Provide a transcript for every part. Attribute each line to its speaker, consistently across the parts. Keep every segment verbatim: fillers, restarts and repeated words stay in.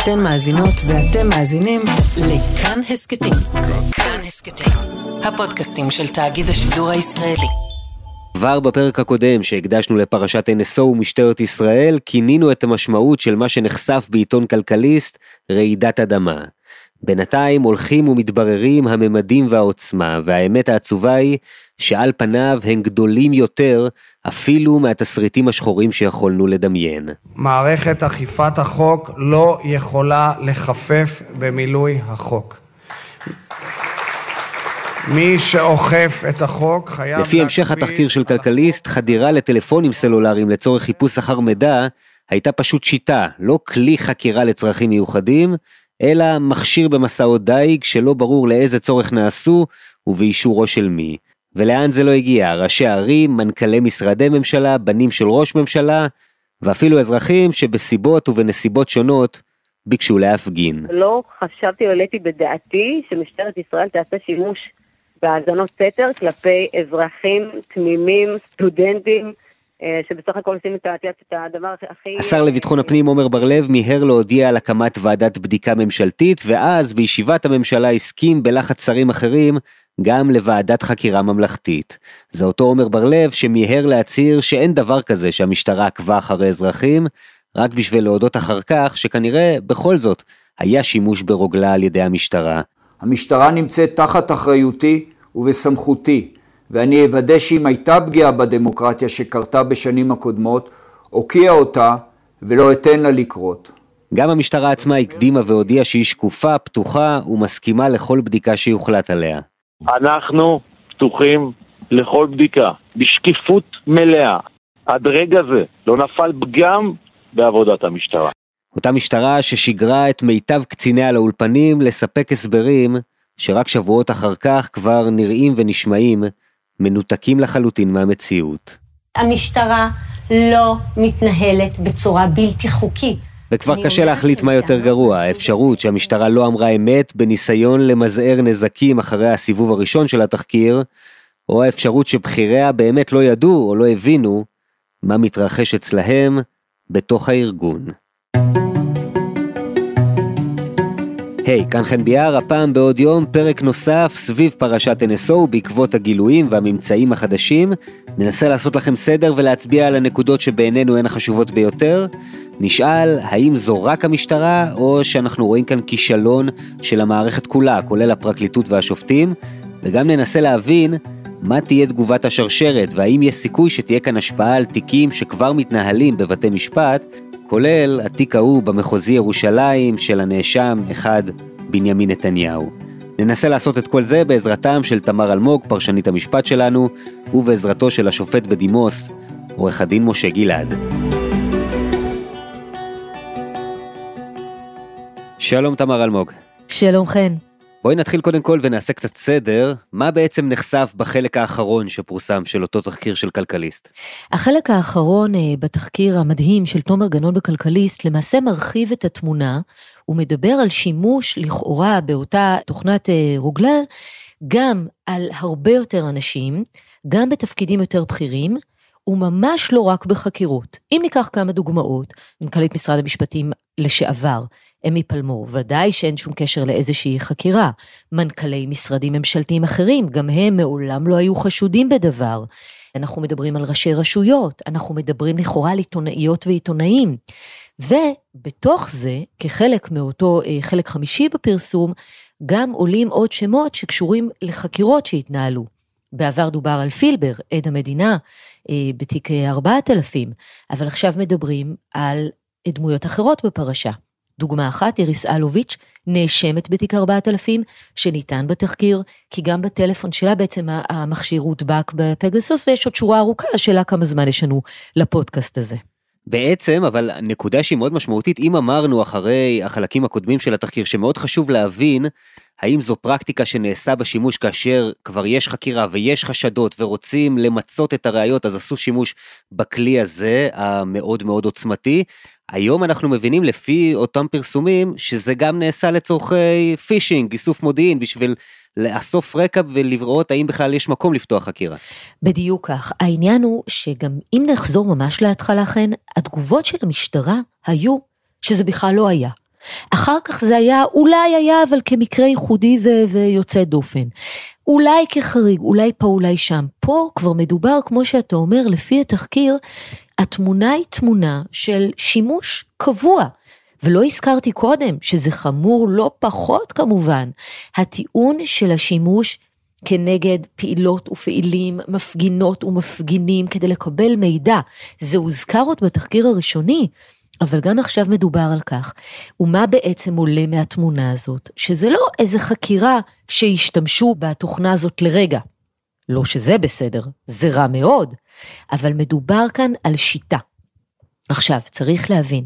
Speaker 1: אתן מאזינות ואתם מאזינים לכאן הסקטים. כאן הסקטים, הפודקאסטים של תאגיד השידור הישראלי.
Speaker 2: כבר בפרק הקודם שהקדשנו לפרשת אן אס או ומשטרת ישראל, כינינו את המשמעות של מה שנחשף בעיתון כלכליסט, רעידת אדמה. בינתיים הולכים ומתבררים הממדים והעוצמה, והאמת העצובה היא שעל פניו הם גדולים יותר אפילו מהתסריטים השחורים שיכולנו לדמיין.
Speaker 3: מערכת אכיפת החוק לא יכולה לחפף במילוי החוק. מי שאוכף את החוק חייב...
Speaker 2: לפי המשך התחקיר של כלכליסט, חדירה לטלפונים סלולריים לצורך חיפוש אחר מידע הייתה פשוט שיטה, לא כלי חקירה לצרכים מיוחדים, אלא מכשיר במסעות דייג שלא ברור לאיזה צורך נעשו ובאישורו של מי. ולאן זה לא הגיע? ראשי ערים, מנכ"לי משרדי ממשלה, בנים של ראש ממשלה, ואפילו אזרחים שבסיבות ובנסיבות שונות ביקשו להפגין.
Speaker 4: לא חשבתי או העליתי בדעתי שמשטרת ישראל תעשה שימוש בהאזנות סתר כלפי אזרחים תמימים, סטודנטים, שבסך הכל עושים את הדבר הכי...
Speaker 2: השר לביטחון הפנים עומר בר-לב מיהר להודיע על הקמת ועדת בדיקה ממשלתית, ואז בישיבת הממשלה הסכים בלחץ שרים אחרים גם לוועדת חקירה ממלכתית. זה אותו עומר בר-לב שמיהר להצהיר שאין דבר כזה שהמשטרה עקבה אחרי אזרחים, רק בשביל להודות אחר כך שכנראה בכל זאת היה שימוש ברוגלה על ידי המשטרה.
Speaker 5: המשטרה נמצאת תחת אחריותי ובסמכותי, ואני אוודא שאם הייתה פגיעה בדמוקרטיה שקרתה בשנים הקודמות, אוקיע אותה ולא אתן לה לקרות.
Speaker 2: גם המשטרה עצמה הקדימה והודיעה שהיא שקופה, פתוחה ומסכימה לכל בדיקה שיוחלט עליה.
Speaker 6: אנחנו פתוחים לכל בדיקה, בשקיפות מלאה. עד רגע זה לא נפל פגם בעבודת המשטרה.
Speaker 2: אותה משטרה ששיגרה את מיטב קציניה לאולפנים לספק הסברים שרק שבועות אחר כך כבר נראים ונשמעים מנותקים לחלוטין מהמציאות.
Speaker 7: המשטרה לא מתנהלת בצורה בלתי חוקית.
Speaker 2: וכבר קשה להחליט מה יותר גרוע, האפשרות שהמשטרה לא אמרה אמת בניסיון למזער נזקים אחרי הסיבוב הראשון של התחקיר, או האפשרות שבחיריה באמת לא ידעו או לא הבינו מה מתרחש אצלהם בתוך הארגון. היי, hey, כאן חן ביאר, הפעם בעוד יום פרק נוסף סביב פרשת אן אס או בעקבות הגילויים והממצאים החדשים. ננסה לעשות לכם סדר ולהצביע על הנקודות שבעינינו הן החשובות ביותר. נשאל האם זו רק המשטרה או שאנחנו רואים כאן כישלון של המערכת כולה, כולל הפרקליטות והשופטים, וגם ננסה להבין מה תהיה תגובת השרשרת והאם יש סיכוי שתהיה כאן השפעה על תיקים שכבר מתנהלים בבתי משפט, כולל התיק ההוא במחוזי ירושלים של הנאשם אחד בנימין נתניהו. ננסה לעשות את כל זה בעזרתם של תמר אלמוג, פרשנית המשפט שלנו, ובעזרתו של השופט בדימוס, עורך הדין משה גלעד. שלום תמר אלמוג.
Speaker 8: שלום חן.
Speaker 2: בואי נתחיל קודם כל ונעשה קצת סדר, מה בעצם נחשף בחלק האחרון שפורסם של אותו תחקיר של כלכליסט?
Speaker 8: החלק האחרון בתחקיר המדהים של תומר גנון בכלכליסט למעשה מרחיב את התמונה, הוא מדבר על שימוש לכאורה באותה תוכנת רוגלה, גם על הרבה יותר אנשים, גם בתפקידים יותר בכירים, וממש לא רק בחקירות. אם ניקח כמה דוגמאות, מנכ"לית משרד המשפטים לשעבר, אמי פלמור, ודאי שאין שום קשר לאיזושהי חקירה. מנכ"לי משרדים ממשלתיים אחרים, גם הם מעולם לא היו חשודים בדבר. אנחנו מדברים על ראשי רשויות, אנחנו מדברים לכאורה על עיתונאיות ועיתונאים. ובתוך זה, כחלק מאותו חלק חמישי בפרסום, גם עולים עוד שמות שקשורים לחקירות שהתנהלו. בעבר דובר על פילבר, עד המדינה, בתיק ארבעת אלפים, אבל עכשיו מדברים על דמויות אחרות בפרשה. דוגמה אחת, איריס אלוביץ', נאשמת בתיק ארבעת אלפים, שניתן בתחקיר, כי גם בטלפון שלה בעצם המכשיר הודבק בפגסוס, ויש עוד שורה ארוכה, השאלה כמה זמן יש לנו לפודקאסט הזה.
Speaker 2: בעצם, אבל נקודה שהיא מאוד משמעותית, אם אמרנו אחרי החלקים הקודמים של התחקיר, שמאוד חשוב להבין, האם זו פרקטיקה שנעשה בשימוש כאשר כבר יש חקירה ויש חשדות ורוצים למצות את הראיות, אז עשו שימוש בכלי הזה המאוד מאוד עוצמתי. היום אנחנו מבינים לפי אותם פרסומים שזה גם נעשה לצורכי פישינג, איסוף מודיעין, בשביל לאסוף רקע ולראות האם בכלל יש מקום לפתוח חקירה.
Speaker 8: בדיוק כך. העניין הוא שגם אם נחזור ממש להתחלה, כן, התגובות של המשטרה היו שזה בכלל לא היה. אחר כך זה היה, אולי היה, אבל כמקרה ייחודי ו- ויוצא דופן. אולי כחריג, אולי פה, אולי שם. פה כבר מדובר, כמו שאתה אומר, לפי התחקיר, התמונה היא תמונה של שימוש קבוע. ולא הזכרתי קודם, שזה חמור לא פחות כמובן, הטיעון של השימוש כנגד פעילות ופעילים, מפגינות ומפגינים, כדי לקבל מידע. זה הוזכר עוד בתחקיר הראשוני, אבל גם עכשיו מדובר על כך. ומה בעצם עולה מהתמונה הזאת? שזה לא איזה חקירה שהשתמשו בתוכנה הזאת לרגע. לא שזה בסדר, זה רע מאוד, אבל מדובר כאן על שיטה. עכשיו, צריך להבין,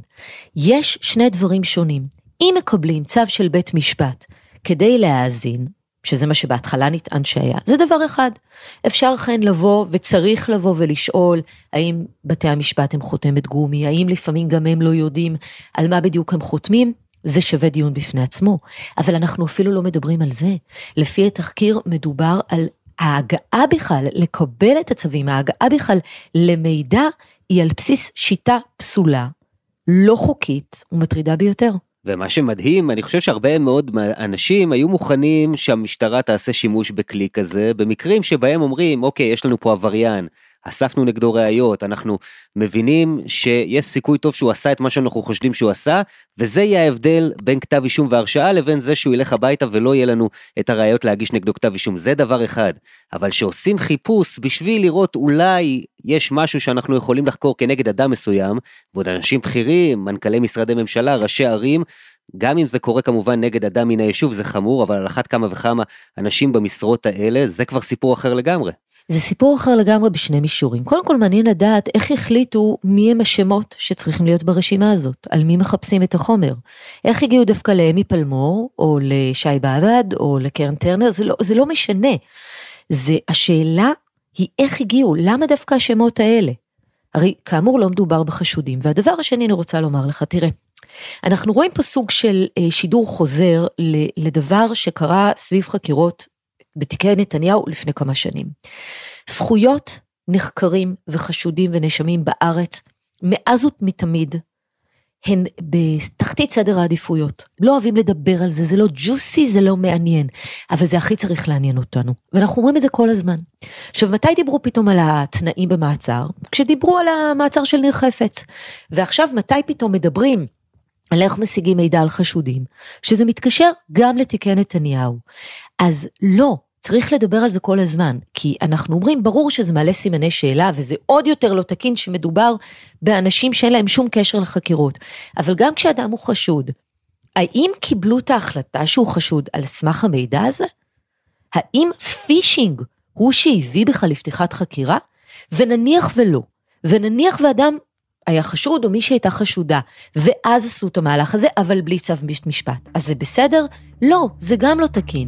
Speaker 8: יש שני דברים שונים. אם מקבלים צו של בית משפט כדי להאזין, שזה מה שבהתחלה נטען שהיה, זה דבר אחד. אפשר כן לבוא וצריך לבוא ולשאול, האם בתי המשפט הם חותמת גומי, האם לפעמים גם הם לא יודעים על מה בדיוק הם חותמים, זה שווה דיון בפני עצמו. אבל אנחנו אפילו לא מדברים על זה. לפי התחקיר מדובר על ההגעה בכלל, לקבל את הצווים, ההגעה בכלל למידע, היא על בסיס שיטה פסולה, לא חוקית ומטרידה ביותר.
Speaker 2: ומה שמדהים, אני חושב שהרבה מאוד אנשים היו מוכנים שהמשטרה תעשה שימוש בכלי כזה, במקרים שבהם אומרים, אוקיי, יש לנו פה עבריין, אספנו נגדו ראיות, אנחנו מבינים שיש סיכוי טוב שהוא עשה את מה שאנחנו חושדים שהוא עשה, וזה יהיה ההבדל בין כתב אישום והרשעה, לבין זה שהוא ילך הביתה ולא יהיה לנו את הראיות להגיש נגדו כתב אישום, זה דבר אחד. אבל שעושים חיפוש בשביל לראות אולי יש משהו שאנחנו יכולים לחקור כנגד אדם מסוים, ועוד אנשים בכירים, מנכ"לי משרדי ממשלה, ראשי ערים, גם אם זה קורה כמובן נגד אדם מן היישוב, זה חמור, אבל על אחת כמה וכמה אנשים במשרות האלה, זה כבר סיפור אחר לגמרי.
Speaker 8: זה סיפור אחר לגמרי בשני מישורים. קודם כל מעניין לדעת איך החליטו מי הם השמות שצריכים להיות ברשימה הזאת, על מי מחפשים את החומר. איך הגיעו דווקא לאמי פלמור, או לשי בעבד, או לקרן טרנר, זה לא, זה לא משנה. זה, השאלה היא איך הגיעו, למה דווקא השמות האלה? הרי כאמור לא מדובר בחשודים, והדבר השני אני רוצה לומר לך, תראה, אנחנו רואים פה סוג של שידור חוזר לדבר שקרה סביב חקירות בתיקי נתניהו לפני כמה שנים. זכויות נחקרים וחשודים ונשמים בארץ, מאז ומתמיד, הן בתחתית סדר העדיפויות. לא אוהבים לדבר על זה, זה לא ג'וסי, זה לא מעניין, אבל זה הכי צריך לעניין אותנו. ואנחנו אומרים את זה כל הזמן. עכשיו, מתי דיברו פתאום על התנאים במעצר? כשדיברו על המעצר של ניר חפץ. ועכשיו, מתי פתאום מדברים על איך משיגים מידע על חשודים, שזה מתקשר גם לתיקי נתניהו. אז לא, צריך לדבר על זה כל הזמן, כי אנחנו אומרים, ברור שזה מעלה סימני שאלה, וזה עוד יותר לא תקין שמדובר באנשים שאין להם שום קשר לחקירות. אבל גם כשאדם הוא חשוד, האם קיבלו את ההחלטה שהוא חשוד על סמך המידע הזה? האם פישינג הוא שהביא בכלל לפתיחת חקירה? ונניח ולא, ונניח ואדם היה חשוד או מי שהייתה חשודה, ואז עשו את המהלך הזה, אבל בלי צו בית משפט. אז זה בסדר? לא, זה גם לא תקין.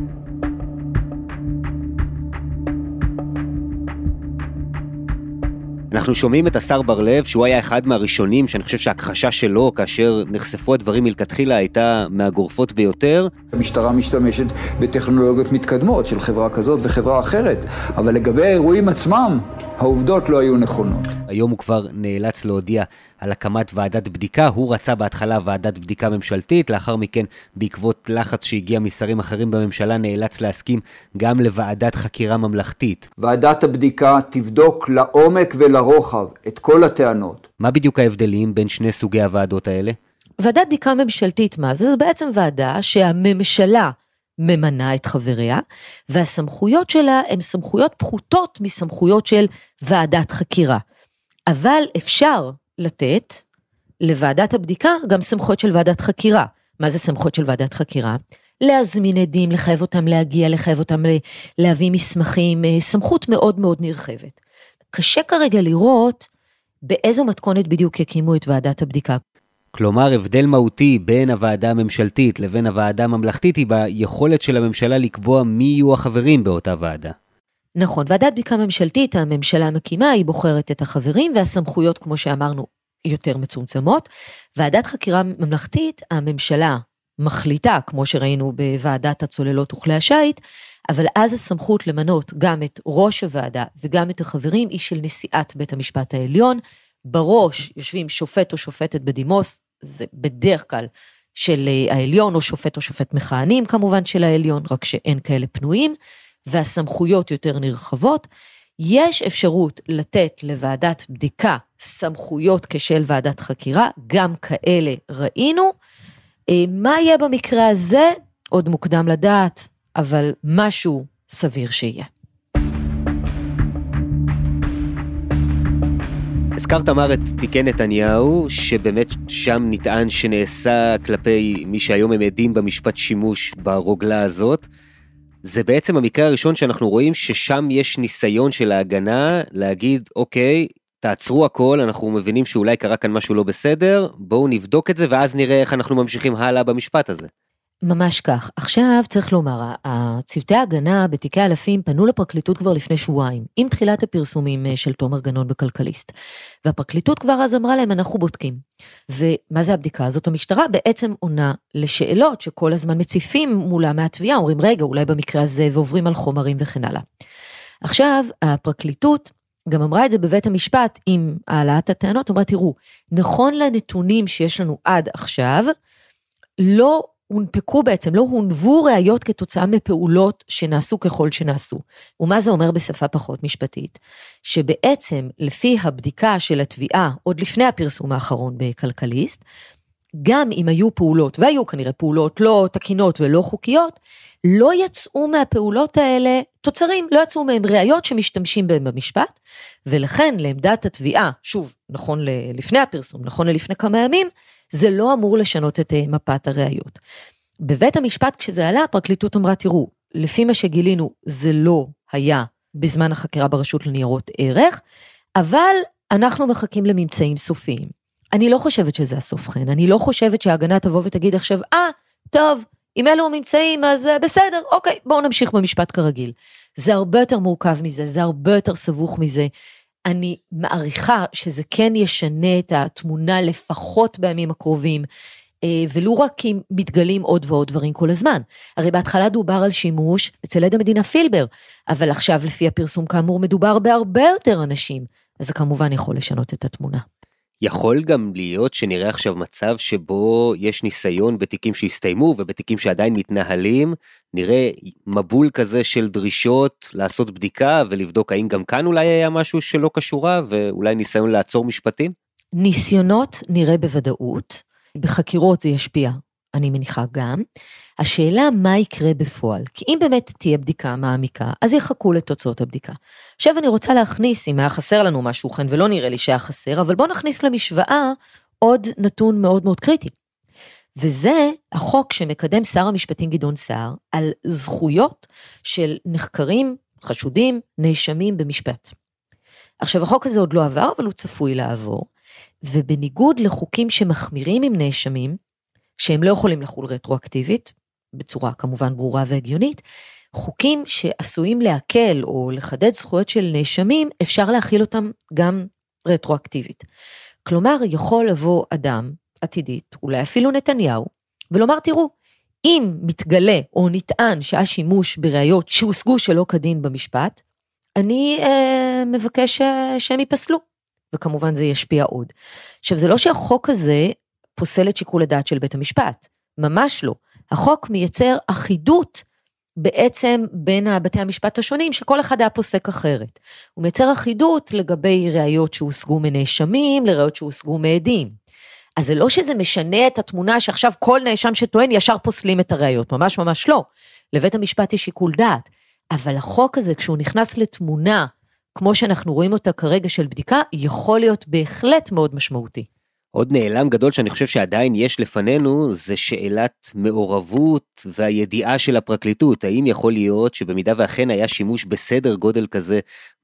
Speaker 2: אנחנו שומעים את השר בר לב, שהוא היה אחד מהראשונים, שאני חושב שההכחשה שלו, כאשר נחשפו הדברים מלכתחילה, הייתה מהגורפות ביותר.
Speaker 5: המשטרה משתמשת בטכנולוגיות מתקדמות של חברה כזאת וחברה אחרת, אבל לגבי האירועים עצמם, העובדות לא היו נכונות.
Speaker 2: היום הוא כבר נאלץ להודיע על הקמת ועדת בדיקה, הוא רצה בהתחלה ועדת בדיקה ממשלתית, לאחר מכן בעקבות לחץ שהגיע משרים אחרים בממשלה, נאלץ להסכים גם לוועדת חקירה ממלכתית.
Speaker 5: ועדת הבדיקה תבדוק לעומק ולרוחב את כל הטענות.
Speaker 2: מה בדיוק ההבדלים בין שני סוגי הוועדות האלה?
Speaker 8: ועדת בדיקה ממשלתית, מה? זה בעצם ועדה שהממשלה ממנה את חבריה, והסמכויות שלה הן סמכויות פחותות מסמכויות של ועדת חקירה. אבל אפשר לתת לוועדת הבדיקה גם סמכויות של ועדת חקירה. מה זה סמכויות של ועדת חקירה? להזמין עדים, לחייב אותם להגיע, לחייב אותם להביא מסמכים, סמכות מאוד מאוד נרחבת. קשה כרגע לראות באיזו מתכונת בדיוק יקימו את ועדת הבדיקה.
Speaker 2: כלומר, הבדל מהותי בין הוועדה הממשלתית לבין הוועדה הממלכתית היא ביכולת של הממשלה לקבוע מי יהיו החברים באותה ועדה.
Speaker 8: נכון, ועדת בדיקה ממשלתית, הממשלה מקימה, היא בוחרת את החברים, והסמכויות, כמו שאמרנו, יותר מצומצמות. ועדת חקירה ממלכתית, הממשלה מחליטה, כמו שראינו בוועדת הצוללות וכלי השיט, אבל אז הסמכות למנות גם את ראש הוועדה וגם את החברים היא של נשיאת בית המשפט העליון. בראש יושבים שופט או שופטת בדימוס, זה בדרך כלל של העליון, או שופט או שופט מכהנים כמובן של העליון, רק שאין כאלה פנויים, והסמכויות יותר נרחבות. יש אפשרות לתת לוועדת בדיקה סמכויות כשל ועדת חקירה, גם כאלה ראינו. מה יהיה במקרה הזה? עוד מוקדם לדעת, אבל משהו סביר שיהיה.
Speaker 2: הזכרת אמר את תיקי נתניהו, שבאמת שם נטען שנעשה כלפי מי שהיום הם עדים במשפט שימוש ברוגלה הזאת. זה בעצם המקרה הראשון שאנחנו רואים ששם יש ניסיון של ההגנה להגיד, אוקיי, תעצרו הכל, אנחנו מבינים שאולי קרה כאן משהו לא בסדר, בואו נבדוק את זה ואז נראה איך אנחנו ממשיכים הלאה במשפט הזה.
Speaker 8: ממש כך. עכשיו צריך לומר, הצוותי ההגנה בתיקי אלפים פנו לפרקליטות כבר לפני שבועיים, עם תחילת הפרסומים של תומר גנון בכלכליסט. והפרקליטות כבר אז אמרה להם, אנחנו בודקים. ומה זה הבדיקה הזאת? המשטרה בעצם עונה לשאלות שכל הזמן מציפים מולה מהתביעה, אומרים רגע, אולי במקרה הזה, ועוברים על חומרים וכן הלאה. עכשיו, הפרקליטות גם אמרה את זה בבית המשפט עם העלאת הטענות, אמרה, תראו, נכון לנתונים שיש לנו עד עכשיו, לא הונפקו בעצם, לא הונבו ראיות כתוצאה מפעולות שנעשו ככל שנעשו. ומה זה אומר בשפה פחות משפטית? שבעצם לפי הבדיקה של התביעה, עוד לפני הפרסום האחרון בכלכליסט, גם אם היו פעולות, והיו כנראה פעולות לא תקינות ולא חוקיות, לא יצאו מהפעולות האלה תוצרים, לא יצאו מהם ראיות שמשתמשים בהם במשפט, ולכן לעמדת התביעה, שוב, נכון לפני הפרסום, נכון לפני כמה ימים, זה לא אמור לשנות את מפת הראיות. בבית המשפט כשזה עלה, הפרקליטות אמרה, תראו, לפי מה שגילינו, זה לא היה בזמן החקירה ברשות לניירות ערך, אבל אנחנו מחכים לממצאים סופיים. אני לא חושבת שזה הסוף חן, אני לא חושבת שההגנה תבוא ותגיד עכשיו, אה, טוב, אם אלו הממצאים, אז בסדר, אוקיי, בואו נמשיך במשפט כרגיל. זה הרבה יותר מורכב מזה, זה הרבה יותר סבוך מזה. אני מעריכה שזה כן ישנה את התמונה לפחות בימים הקרובים, ולא רק כי מתגלים עוד ועוד דברים כל הזמן. הרי בהתחלה דובר על שימוש אצל עד המדינה פילבר, אבל עכשיו לפי הפרסום כאמור מדובר בהרבה יותר אנשים, אז זה כמובן יכול לשנות את התמונה.
Speaker 2: יכול גם להיות שנראה עכשיו מצב שבו יש ניסיון בתיקים שהסתיימו ובתיקים שעדיין מתנהלים, נראה מבול כזה של דרישות לעשות בדיקה ולבדוק האם גם כאן אולי היה משהו שלא קשורה ואולי ניסיון לעצור משפטים?
Speaker 8: ניסיונות נראה בוודאות, בחקירות זה ישפיע, אני מניחה גם. השאלה מה יקרה בפועל, כי אם באמת תהיה בדיקה מעמיקה, אז יחכו לתוצאות הבדיקה. עכשיו אני רוצה להכניס, אם היה חסר לנו משהו כן, ולא נראה לי שהיה חסר, אבל בוא נכניס למשוואה עוד נתון מאוד מאוד קריטי. וזה החוק שמקדם שר המשפטים גדעון סער, על זכויות של נחקרים, חשודים, נאשמים במשפט. עכשיו החוק הזה עוד לא עבר, אבל הוא צפוי לעבור, ובניגוד לחוקים שמחמירים עם נאשמים, שהם לא יכולים לחול רטרואקטיבית, בצורה כמובן ברורה והגיונית, חוקים שעשויים להקל או לחדד זכויות של נאשמים, אפשר להכיל אותם גם רטרואקטיבית. כלומר, יכול לבוא אדם עתידית, אולי אפילו נתניהו, ולומר, תראו, אם מתגלה או נטען שהיה שימוש בראיות שהושגו שלא כדין במשפט, אני אה, מבקש שהם ייפסלו, וכמובן זה ישפיע עוד. עכשיו, זה לא שהחוק הזה פוסל את שיקול הדעת של בית המשפט, ממש לא. החוק מייצר אחידות בעצם בין בתי המשפט השונים, שכל אחד היה פוסק אחרת. הוא מייצר אחידות לגבי ראיות שהושגו מנאשמים, לראיות שהושגו מעדים. אז זה לא שזה משנה את התמונה שעכשיו כל נאשם שטוען ישר פוסלים את הראיות, ממש ממש לא. לבית המשפט יש שיקול דעת, אבל החוק הזה כשהוא נכנס לתמונה, כמו שאנחנו רואים אותה כרגע של בדיקה, יכול להיות בהחלט מאוד משמעותי.
Speaker 2: עוד נעלם גדול שאני חושב שעדיין יש לפנינו, זה שאלת מעורבות והידיעה של הפרקליטות. האם יכול להיות שבמידה ואכן היה שימוש בסדר גודל כזה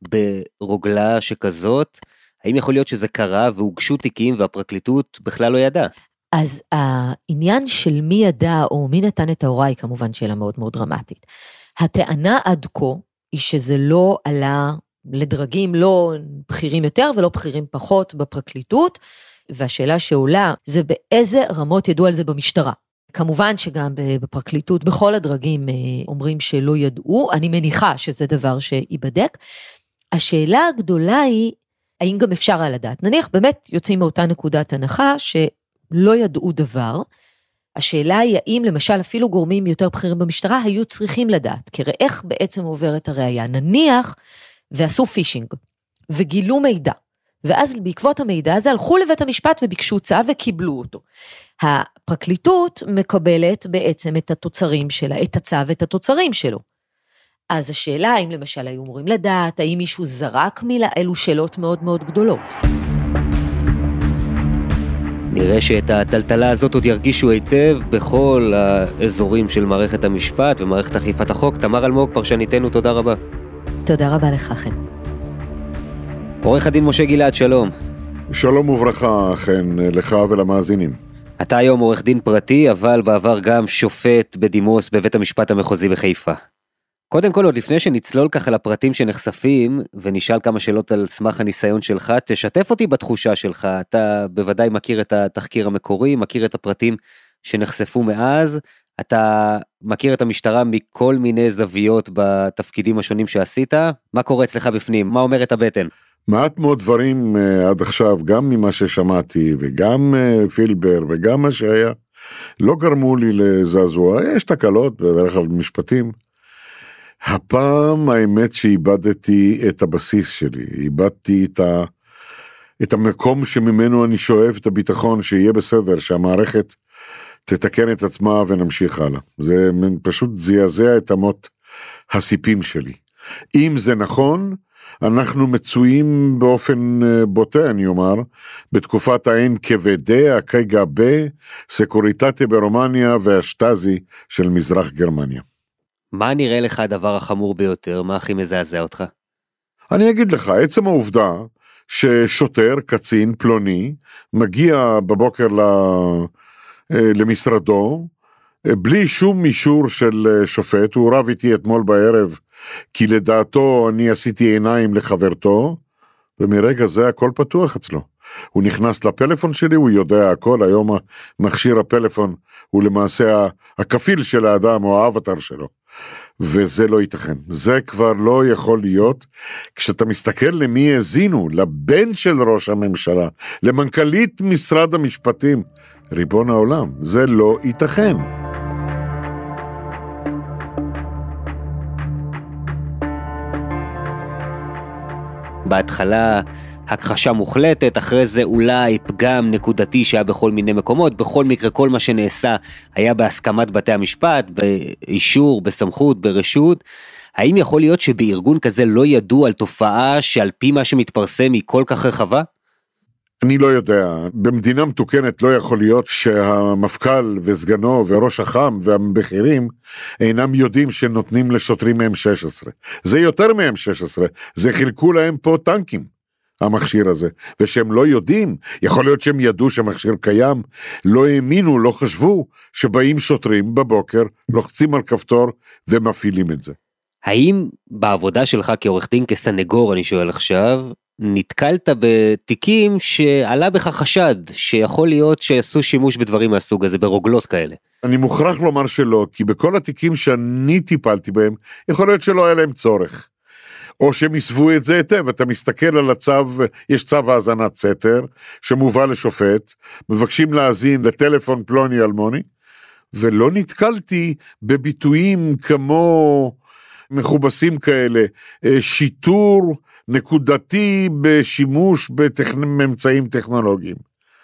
Speaker 2: ברוגלה שכזאת, האם יכול להיות שזה קרה והוגשו תיקים והפרקליטות בכלל לא ידעה?
Speaker 8: אז העניין של מי ידע או מי נתן את ההוראה היא כמובן שאלה מאוד מאוד דרמטית. הטענה עד כה היא שזה לא עלה לדרגים לא בכירים יותר ולא בכירים פחות בפרקליטות, והשאלה שעולה זה באיזה רמות ידעו על זה במשטרה. כמובן שגם בפרקליטות בכל הדרגים אומרים שלא ידעו, אני מניחה שזה דבר שיבדק. השאלה הגדולה היא, האם גם אפשר על הדעת? נניח באמת יוצאים מאותה נקודת הנחה שלא ידעו דבר, השאלה היא האם למשל אפילו גורמים יותר בכירים במשטרה היו צריכים לדעת, כי איך בעצם עוברת הראייה, נניח ועשו פישינג וגילו מידע, ואז בעקבות המידע הזה הלכו לבית המשפט וביקשו צו וקיבלו אותו. הפרקליטות מקבלת בעצם את התוצרים שלה, את הצו ואת התוצרים שלו. אז השאלה האם למשל היו אמורים לדעת, האם מישהו זרק מילה, אלו שאלות מאוד מאוד גדולות.
Speaker 2: נראה שאת הטלטלה הזאת עוד ירגישו היטב בכל האזורים של מערכת המשפט ומערכת אכיפת החוק. תמר אלמוג, פרשניתנו, תודה רבה.
Speaker 8: תודה רבה לך, חן.
Speaker 2: עורך הדין משה גלעד, שלום.
Speaker 9: שלום וברכה, חן, לך ולמאזינים.
Speaker 2: אתה היום עורך דין פרטי, אבל בעבר גם שופט בדימוס בבית המשפט המחוזי בחיפה. קודם כל, עוד לפני שנצלול ככה לפרטים שנחשפים, ונשאל כמה שאלות על סמך הניסיון שלך, תשתף אותי בתחושה שלך. אתה בוודאי מכיר את התחקיר המקורי, מכיר את הפרטים שנחשפו מאז, אתה מכיר את המשטרה מכל מיני זוויות בתפקידים השונים שעשית. מה קורה אצלך בפנים? מה אומרת הבטן?
Speaker 9: מעט מאוד דברים uh, עד עכשיו, גם ממה ששמעתי, וגם uh, פילבר, וגם מה שהיה, לא גרמו לי לזעזוע. יש תקלות בדרך כלל במשפטים. הפעם האמת שאיבדתי את הבסיס שלי, איבדתי את, ה, את המקום שממנו אני שואב את הביטחון, שיהיה בסדר, שהמערכת תתקן את עצמה ונמשיך הלאה. זה פשוט זעזע את אמות הסיפים שלי. אם זה נכון, אנחנו מצויים באופן בוטה, אני אומר, בתקופת האין כבדי, הקג"ב, סקוריטטה ברומניה והשטאזי של מזרח גרמניה.
Speaker 2: מה נראה לך הדבר החמור ביותר? מה הכי מזעזע אותך?
Speaker 9: אני אגיד לך, עצם העובדה ששוטר, קצין, פלוני, מגיע בבוקר למשרדו, בלי שום אישור של שופט, הוא רב איתי אתמול בערב, כי לדעתו אני עשיתי עיניים לחברתו, ומרגע זה הכל פתוח אצלו. הוא נכנס לפלאפון שלי, הוא יודע הכל, היום מכשיר הפלאפון הוא למעשה הכפיל של האדם או האבטר שלו, וזה לא ייתכן, זה כבר לא יכול להיות. כשאתה מסתכל למי הזינו, לבן של ראש הממשלה, למנכ"לית משרד המשפטים, ריבון העולם, זה לא ייתכן.
Speaker 2: בהתחלה הכחשה מוחלטת, אחרי זה אולי פגם נקודתי שהיה בכל מיני מקומות, בכל מקרה כל מה שנעשה היה בהסכמת בתי המשפט, באישור, בסמכות, ברשות. האם יכול להיות שבארגון כזה לא ידעו על תופעה שעל פי מה שמתפרסם היא כל כך רחבה?
Speaker 9: אני לא יודע, במדינה מתוקנת לא יכול להיות שהמפכ"ל וסגנו וראש החם והבכירים אינם יודעים שנותנים לשוטרים אם שש עשרה. זה יותר מ-אם שש עשרה, זה חילקו להם פה טנקים, המכשיר הזה, ושהם לא יודעים, יכול להיות שהם ידעו שהמכשיר קיים, לא האמינו, לא חשבו, שבאים שוטרים בבוקר, לוחצים על כפתור ומפעילים את זה.
Speaker 2: האם בעבודה שלך כעורך דין, כסנגור, אני שואל עכשיו, נתקלת בתיקים שעלה בך חשד, שיכול להיות שעשו שימוש בדברים מהסוג הזה, ברוגלות כאלה?
Speaker 9: אני מוכרח לומר שלא, כי בכל התיקים שאני טיפלתי בהם, יכול להיות שלא היה להם צורך. או שהם יסבו את זה היטב, אתה מסתכל על הצו, יש צו האזנת סתר, שמובא לשופט, מבקשים להאזין לטלפון פלוני אלמוני, ולא נתקלתי בביטויים כמו מכובסים כאלה, שיטור נקודתי בשימוש באמצעים טכנולוגיים.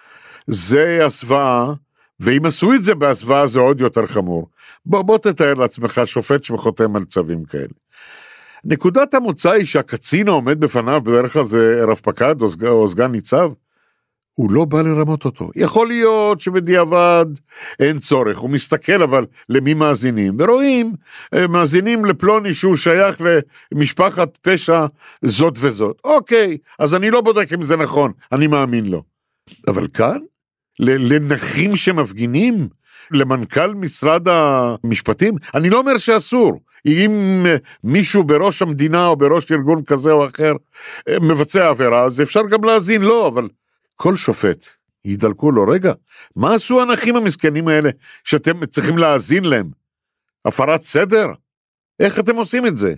Speaker 9: זה הסוואה, ואם עשו את זה בהסוואה זה עוד יותר חמור. בוא, בוא תתאר לעצמך שופט שחותם על צווים כאלה. נקודת המוצא היא שהקצין העומד בפניו, בדרך כלל זה רב פקד או, סג, או סגן ניצב, הוא לא בא לרמות אותו. יכול להיות שבדיעבד אין צורך, הוא מסתכל אבל למי מאזינים, ורואים, מאזינים לפלוני שהוא שייך למשפחת פשע זאת וזאת. אוקיי, אז אני לא בודק אם זה נכון, אני מאמין לו. אבל כאן, לנחים שמפגינים, למנכ"ל משרד המשפטים, אני לא אומר שאסור, אם מישהו בראש המדינה או בראש ארגון כזה או אחר מבצע עבירה, אז אפשר גם להאזין לו, אבל כל שופט ידלקו לו, רגע, מה עשו האנשים המסכנים האלה שאתם צריכים להאזין להם? הפרת סדר? איך אתם עושים את זה?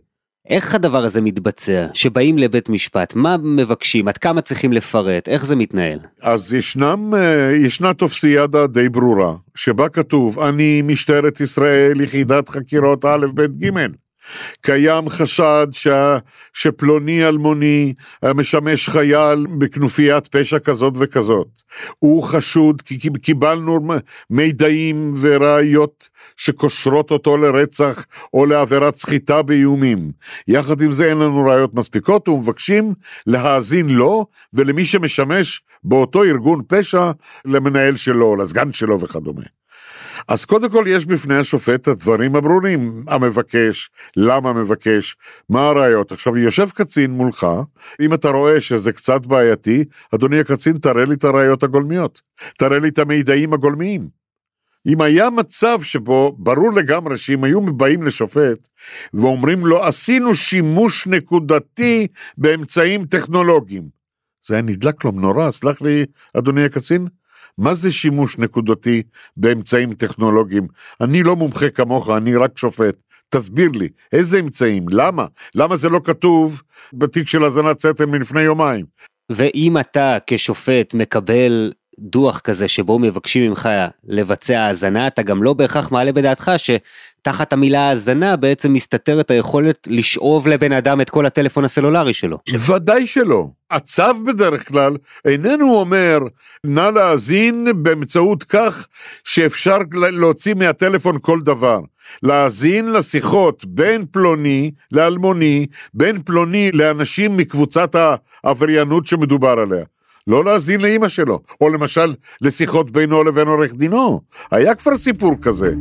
Speaker 2: איך הדבר הזה מתבצע? שבאים לבית משפט, מה מבקשים? עד כמה צריכים לפרט? איך זה מתנהל?
Speaker 9: אז ישנם, ישנה תופסיאדה די ברורה, שבה כתוב, אני משטרת ישראל, יחידת חקירות א' ב' ג'. קיים חשד ש... שפלוני אלמוני משמש חייל בכנופיית פשע כזאת וכזאת. הוא חשוד כי קיבלנו מידעים וראיות שקושרות אותו לרצח או לעבירת סחיטה באיומים. יחד עם זה אין לנו ראיות מספיקות ומבקשים להאזין לו ולמי שמשמש באותו ארגון פשע למנהל שלו, לסגן שלו וכדומה. אז קודם כל יש בפני השופט הדברים הברורים, המבקש, למה מבקש, מה הראיות. עכשיו יושב קצין מולך, אם אתה רואה שזה קצת בעייתי, אדוני הקצין תראה לי את הראיות הגולמיות, תראה לי את המידעים הגולמיים. אם היה מצב שבו ברור לגמרי שאם היו באים לשופט ואומרים לו עשינו שימוש נקודתי באמצעים טכנולוגיים, זה היה נדלק לו מנורה, סלח לי אדוני הקצין, מה זה שימוש נקודתי באמצעים טכנולוגיים? אני לא מומחה כמוך, אני רק שופט. תסביר לי, איזה אמצעים? למה? למה זה לא כתוב בתיק של הזנת סתר מלפני יומיים?
Speaker 2: ואם אתה כשופט מקבל דוח כזה שבו מבקשים ממך לבצע האזנה, אתה גם לא בהכרח מעלה בדעתך שתחת המילה האזנה בעצם מסתתרת היכולת לשאוב לבן אדם את כל הטלפון הסלולרי שלו.
Speaker 9: ודאי שלא. הצו בדרך כלל איננו אומר נא להאזין באמצעות כך שאפשר להוציא מהטלפון כל דבר. להאזין לשיחות בין פלוני לאלמוני, בין פלוני לאנשים מקבוצת העבריינות שמדובר עליה. לא להאזין לאמא שלו, או למשל לשיחות בינו לבין עורך דינו. היה כבר סיפור כזה.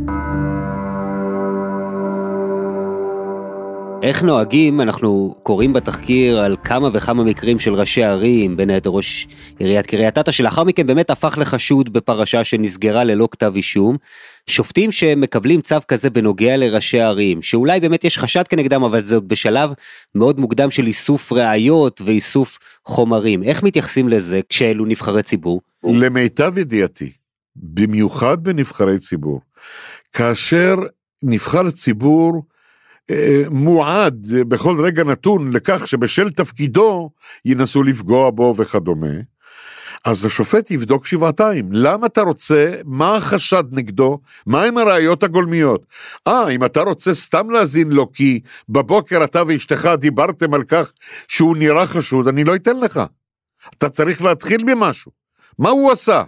Speaker 2: איך נוהגים? אנחנו קוראים בתחקיר על כמה וכמה מקרים של ראשי ערים, בין היתר ראש עיריית קריית אתא, שלאחר מכן באמת הפך לחשוד בפרשה שנסגרה ללא כתב אישום. שופטים שמקבלים צו כזה בנוגע לראשי ערים, שאולי באמת יש חשד כנגדם, אבל זה עוד בשלב מאוד מוקדם של איסוף ראיות ואיסוף חומרים. איך מתייחסים לזה כשאלו נבחרי ציבור?
Speaker 9: למיטב ידיעתי, במיוחד בנבחרי ציבור, כאשר נבחר ציבור מועד בכל רגע נתון לכך שבשל תפקידו ינסו לפגוע בו וכדומה, אז השופט יבדוק שבעתיים. למה אתה רוצה? מה החשד נגדו? מה עם הראיות הגולמיות? אה, אם אתה רוצה סתם להזין לו כי בבוקר אתה ואשתך דיברתם על כך שהוא נראה חשוד, אני לא אתן לך. אתה צריך להתחיל ממשהו. מה הוא עשה?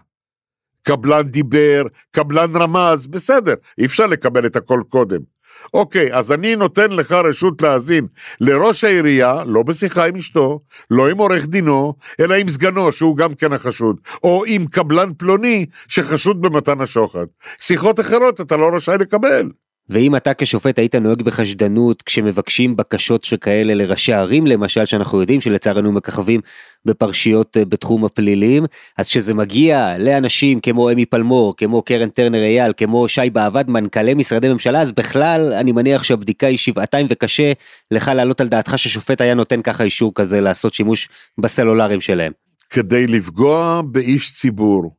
Speaker 9: קבלן דיבר, קבלן רמז, בסדר, אי אפשר לקבל את הכל קודם. אוקיי, אז אני נותן לך רשות להאזין לראש העירייה, לא בשיחה עם אשתו, לא עם עורך דינו, אלא עם סגנו שהוא גם כן החשוד, או עם קבלן פלוני שחשוד במתן השוחד. שיחות אחרות אתה לא רשאי לקבל.
Speaker 2: ואם אתה כשופט היית נוהג בחשדנות כשמבקשים בקשות שכאלה לראשי ערים, למשל שאנחנו יודעים שלצערנו מככבים בפרשיות בתחום הפלילים, אז שזה מגיע לאנשים כמו אמי פלמור, כמו קרן טרנר אייל, כמו שי בעבד, מנכ"לי משרדי ממשלה, אז בכלל אני מניח שהבדיקה היא שבעתיים וקשה לך לעלות על דעתך ששופט היה נותן ככה אישור כזה לעשות שימוש בסלולרים שלהם.
Speaker 9: כדי לפגוע באיש ציבור,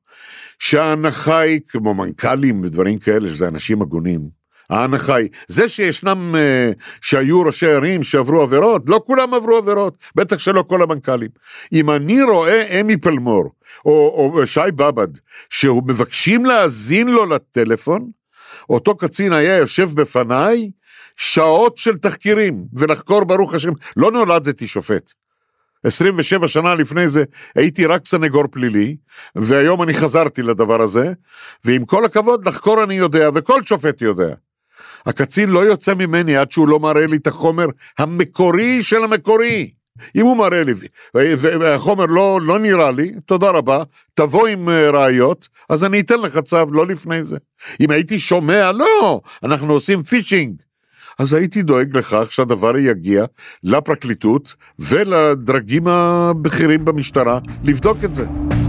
Speaker 9: שההנחה היא כמו מנכ"לים ודברים כאלה, שזה אנשים הגונים, ההנחה היא, זה שישנם, שהיו ראשי ערים שעברו עבירות, לא כולם עברו עבירות, בטח שלא כל המנכ"לים. אם אני רואה אמי פלמור, או, או שי בבד, שהוא מבקשים להאזין לו לטלפון, אותו קצין היה יושב בפניי, שעות של תחקירים, ולחקור ברוך השם, לא נולדתי שופט. עשרים ושבע שנה לפני זה הייתי רק סנגור פלילי, והיום אני חזרתי לדבר הזה, ועם כל הכבוד לחקור אני יודע, וכל שופט יודע. הקצין לא יוצא ממני עד שהוא לא מראה לי את החומר המקורי של המקורי. אם הוא מראה לי, והחומר לא, לא נראה לי, תודה רבה, תבוא עם ראיות, אז אני אתן לך צו, לא לפני זה. אם הייתי שומע, לא, אנחנו עושים פישינג. אז הייתי דואג לכך שהדבר יגיע לפרקליטות ולדרגים הבכירים במשטרה לבדוק את זה.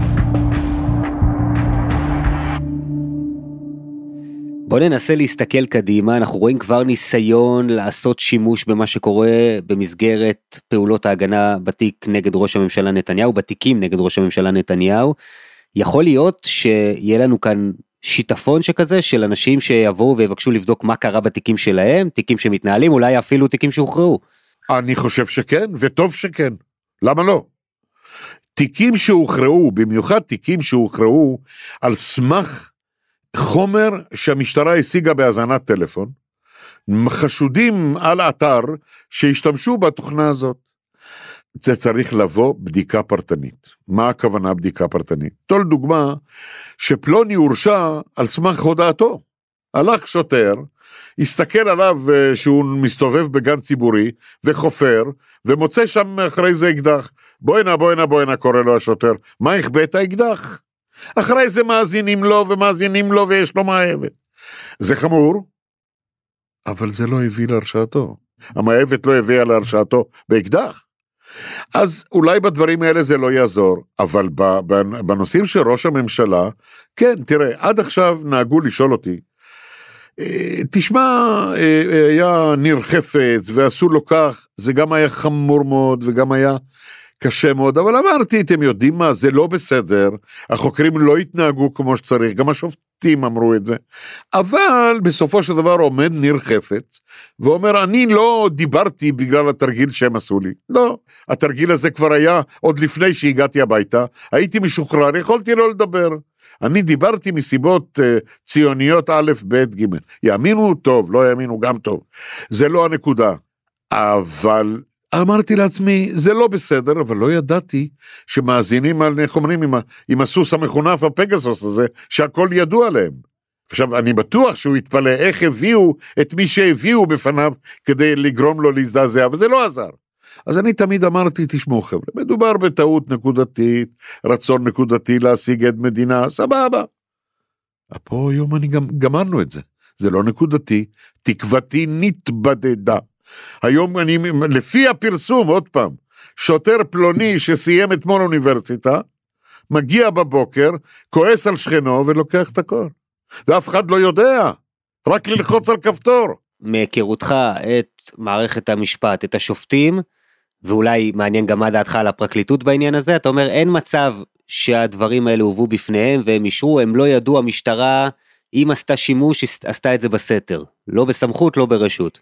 Speaker 2: בוא ננסה להסתכל קדימה, אנחנו רואים כבר ניסיון לעשות שימוש במה שקורה במסגרת פעולות ההגנה בתיק נגד ראש הממשלה נתניהו, בתיקים נגד ראש הממשלה נתניהו. יכול להיות שיהיה לנו כאן שיטפון שכזה של אנשים שיבואו ויבקשו לבדוק מה קרה בתיקים שלהם, תיקים שמתנהלים, אולי אפילו תיקים שהוכרעו.
Speaker 9: אני חושב שכן, וטוב שכן. למה לא? תיקים שהוכרעו, במיוחד תיקים שהוכרעו על סמך חומר שהמשטרה השיגה בהאזנת טלפון, חשודים על אתר שהשתמשו בתוכנה הזאת. זה צריך לבוא בדיקה פרטנית. מה הכוונה בדיקה פרטנית? תול דוגמה שפלוני הורשע על סמך הודעתו. הלך שוטר, הסתכל עליו שהוא מסתובב בגן ציבורי וחופר, ומוצא שם אחרי זה אקדח. בואינה, בואינה, בואינה, קורא לו השוטר. מה הכבאת האקדח? אחרי זה מאזינים לו ומאזינים לו ויש לו מאהבת. זה חמור, אבל זה לא הביא להרשעתו. המאהבת לא הביאה להרשעתו באקדח. אז אולי בדברים האלה זה לא יעזור, אבל בנושאים של ראש הממשלה, כן, תראה, עד עכשיו נהגו לשאול אותי, תשמע, היה ניר חפץ ועשו לו כך, זה גם היה חמור מאוד וגם היה קשה מאוד, אבל אמרתי, אתם יודעים מה, זה לא בסדר, החוקרים לא התנהגו כמו שצריך, גם השופטים אמרו את זה, אבל בסופו של דבר עומד ניר חפץ, ואומר, אני לא דיברתי בגלל התרגיל שהם עשו לי, לא, התרגיל הזה כבר היה עוד לפני שהגעתי הביתה, הייתי משוחרר, יכולתי לא לדבר, אני דיברתי מסיבות uh, ציוניות א', ב', ג', יאמינו טוב, לא יאמינו גם טוב, זה לא הנקודה, אבל אמרתי לעצמי, זה לא בסדר, אבל לא ידעתי שמאזינים על, איך אומרים, עם, עם הסוס המכונף, הפגסוס הזה, שהכל ידוע עליהם. עכשיו, אני בטוח שהוא יתפלא איך הביאו את מי שהביאו בפניו, כדי לגרום לו להזדעזע, אבל זה לא עזר. אז אני תמיד אמרתי, תשמעו חבר'ה, מדובר בטעות נקודתית, רצון נקודתי להשיג את מדינה, סבבה. פה היום אני גם גמרנו את זה. זה לא נקודתי, תקוותי נתבדדה. היום אני, לפי הפרסום, עוד פעם, שוטר פלוני שסיים אתמול אוניברסיטה, מגיע בבוקר, כועס על שכנו ולוקח את הכל. ואף אחד לא יודע, רק ללחוץ על כפתור.
Speaker 2: מהיכרותך את מערכת המשפט, את השופטים, ואולי מעניין גם מה דעתך על הפרקליטות בעניין הזה, אתה אומר אין מצב שהדברים האלה הובאו בפניהם והם אישרו, הם לא ידעו, המשטרה, אם עשתה שימוש, עשתה את זה בסתר, לא בסמכות, לא ברשות.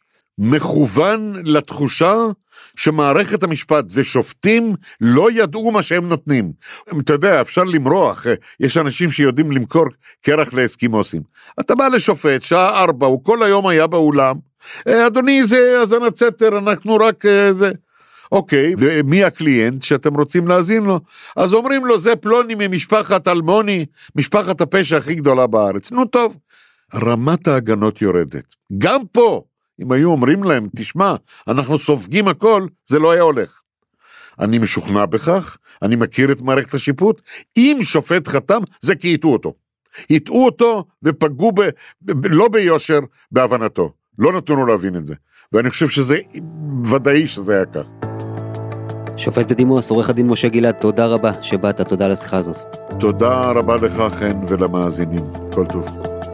Speaker 9: מכוון לתחושה שמערכת המשפט ושופטים לא ידעו מה שהם נותנים. אתה יודע, אפשר למרוח, יש אנשים שיודעים למכור קרח לאסקימוסים. אתה בא לשופט, שעה ארבע, הוא כל היום היה באולם, אדוני זה הזנת סתר, אנחנו רק זה. אוקיי, ומי הקליינט שאתם רוצים להזין לו? אז אומרים לו, זה פלוני ממשפחת אלמוני, משפחת הפשע הכי גדולה בארץ. נו טוב, רמת ההגנות יורדת. גם פה, אם היו אומרים להם, תשמע, אנחנו סופגים הכל, זה לא היה הולך. אני משוכנע בכך, אני מכיר את מערכת השיפוט, אם שופט חתם, זה כי יטעו אותו. יטעו אותו ופגעו ב, ב, לא ביושר, בהבנתו. לא נתנו לו להבין את זה. ואני חושב שזה ודאי שזה היה כך.
Speaker 2: שופט בדימוס, עורך הדין משה גלעד, תודה רבה שבאת, תודה על השיחה הזאת.
Speaker 9: תודה רבה לך חן ולמאזינים, כל טוב.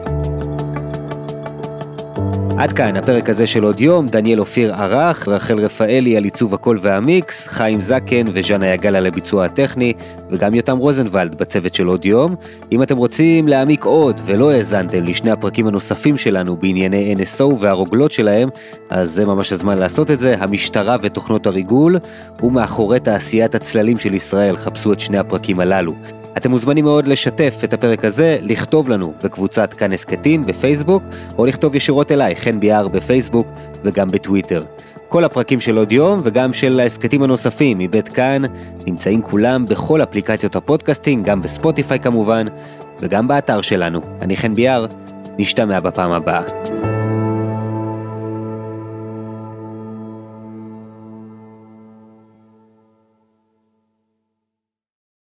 Speaker 2: עד כאן הפרק הזה של עוד יום, דניאל אופיר ערך, רחל רפאלי על עיצוב הקול והמיקס, חיים זקן וז'אנה יגל על הביצוע הטכני, וגם יותם רוזנבלד בצוות של עוד יום. אם אתם רוצים להעמיק עוד ולא האזנתם לשני הפרקים הנוספים שלנו בענייני אן אס או והרוגלות שלהם, אז זה ממש הזמן לעשות את זה, המשטרה ותוכנות הריגול, ומאחורי תעשיית הצללים של ישראל, חפשו את שני הפרקים הללו. אתם מוזמנים מאוד לשתף את הפרק הזה, לכתוב לנו בקבוצת כאן הסקטים בפייסבוק, או לכתוב ישירות אליי, חן ביאר בפייסבוק וגם בטוויטר. כל הפרקים של עוד יום וגם של ההסקטים הנוספים מבית כאן, נמצאים כולם בכל אפליקציות הפודקאסטינג, גם בספוטיפיי כמובן, וגם באתר שלנו. אני חן ביאר, נשתמע בפעם הבאה.